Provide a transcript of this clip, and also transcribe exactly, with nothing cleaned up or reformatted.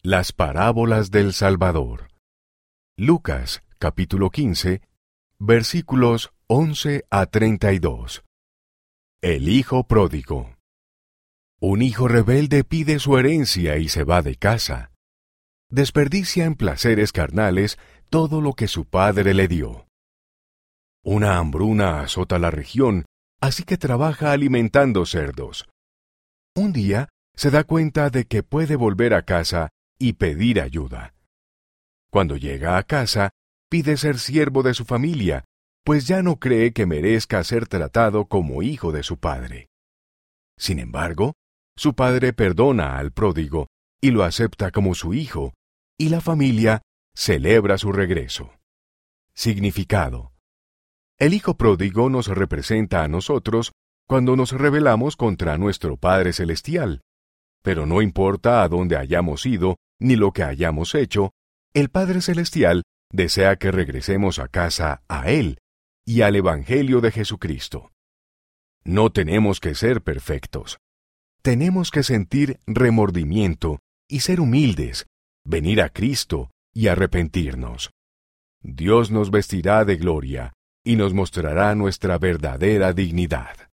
Las parábolas del Salvador. Lucas, capítulo quince, versículos once a treinta y dos. El hijo pródigo. Un hijo rebelde pide su herencia y se va de casa. Desperdicia en placeres carnales todo lo que su padre le dio. Una hambruna azota la región, así que trabaja alimentando cerdos. Un día se da cuenta de que puede volver a casa y pedir ayuda. Cuando llega a casa, pide ser siervo de su familia, pues ya no cree que merezca ser tratado como hijo de su padre. Sin embargo, su padre perdona al pródigo y lo acepta como su hijo, y la familia celebra su regreso. Significado: el hijo pródigo nos representa a nosotros cuando nos rebelamos contra nuestro Padre Celestial. Pero no importa a dónde hayamos ido ni lo que hayamos hecho, el Padre Celestial desea que regresemos a casa a Él y al Evangelio de Jesucristo. No tenemos que ser perfectos. Tenemos que sentir remordimiento y ser humildes, venir a Cristo y arrepentirnos. Dios nos vestirá de gloria y nos mostrará nuestra verdadera dignidad.